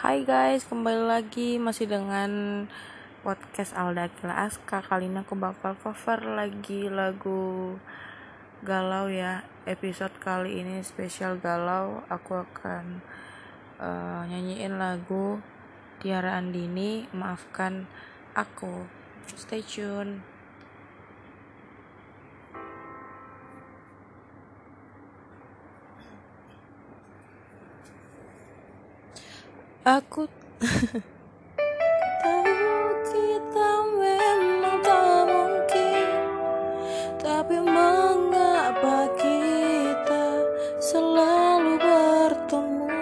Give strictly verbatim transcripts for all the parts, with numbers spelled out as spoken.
Hai guys, kembali lagi masih dengan podcast Alda Akila Aska. Kali ini aku bakal cover lagi lagu galau ya. Episode kali ini spesial galau. Aku akan uh, nyanyiin lagu Tiara Andini, Maafkan Aku. Stay tune. Aku tahu kita memang tak mungkin, tapi mengapa kita selalu bertemu?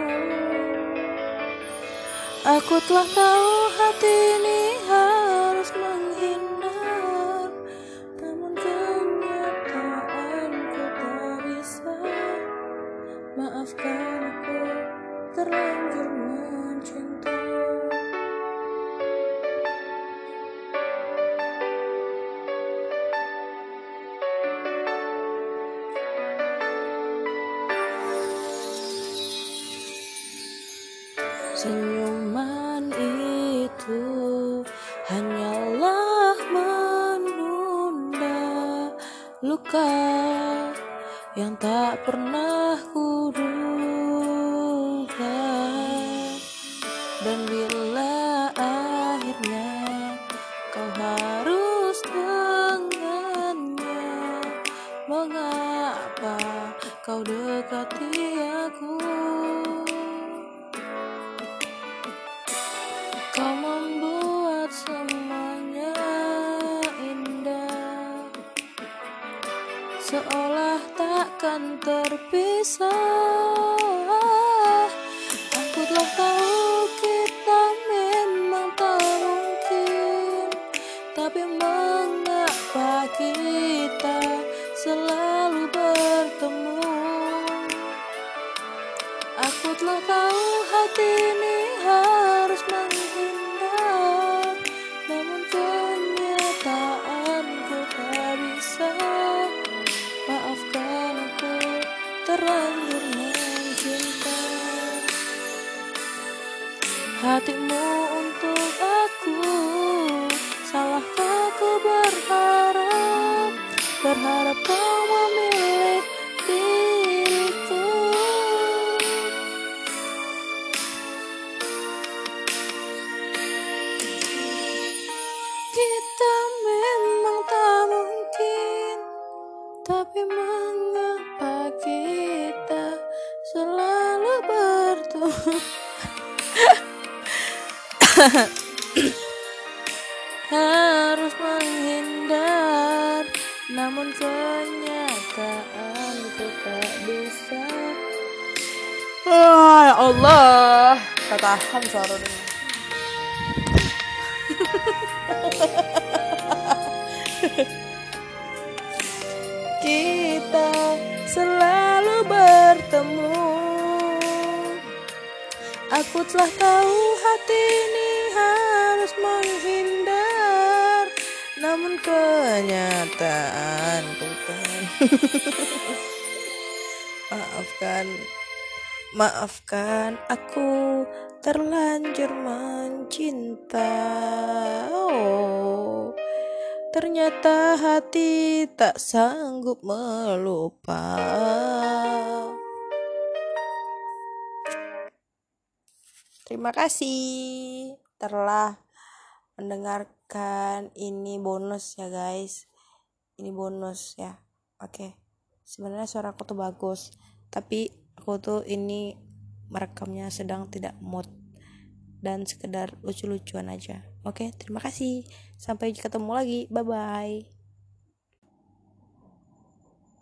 Aku telah tahu hati ini harus menghindar, namun kenyataanku tak bisa. Maafkan aku terlanjur mencinta. Senyuman itu hanyalah menunda luka yang tak pernah kuduga. Dan bila akhirnya kau harus dengannya, mengapa kau dekati aku? Kau membuat semuanya indah, seolah takkan terpisah. Aku telah tahu kita memang tak mungkin, tapi mengapa kita selalu bertemu? Aku telah tahu hati ini harus menghindar, namun kenyataanku tak bisa. Maafkan aku terlanjur mencinta. Hatimu untuk aku, salahkah aku berharap, berharap kau memilih diriku? Kita memang tak mungkin, tapi mengapa kita selalu bertemu? Harus menghindar, namun kenyataanku tak bisa. Oh, ya Allah, tak tahan suaranya. Kita selalu bertemu. Aku telah tahu hati ini harus menghindar, namun kenyataan bukan. Maafkan, maafkan aku terlanjur mencinta. Oh, ternyata hati tak sanggup melupa. Terima kasih telah mendengarkan. Ini bonus ya guys, ini bonus ya. Oke, sebenarnya suaraku tuh bagus, tapi aku tuh ini merekamnya sedang tidak mood dan sekedar lucu-lucuan aja. Oke, terima kasih, sampai ketemu lagi, bye bye.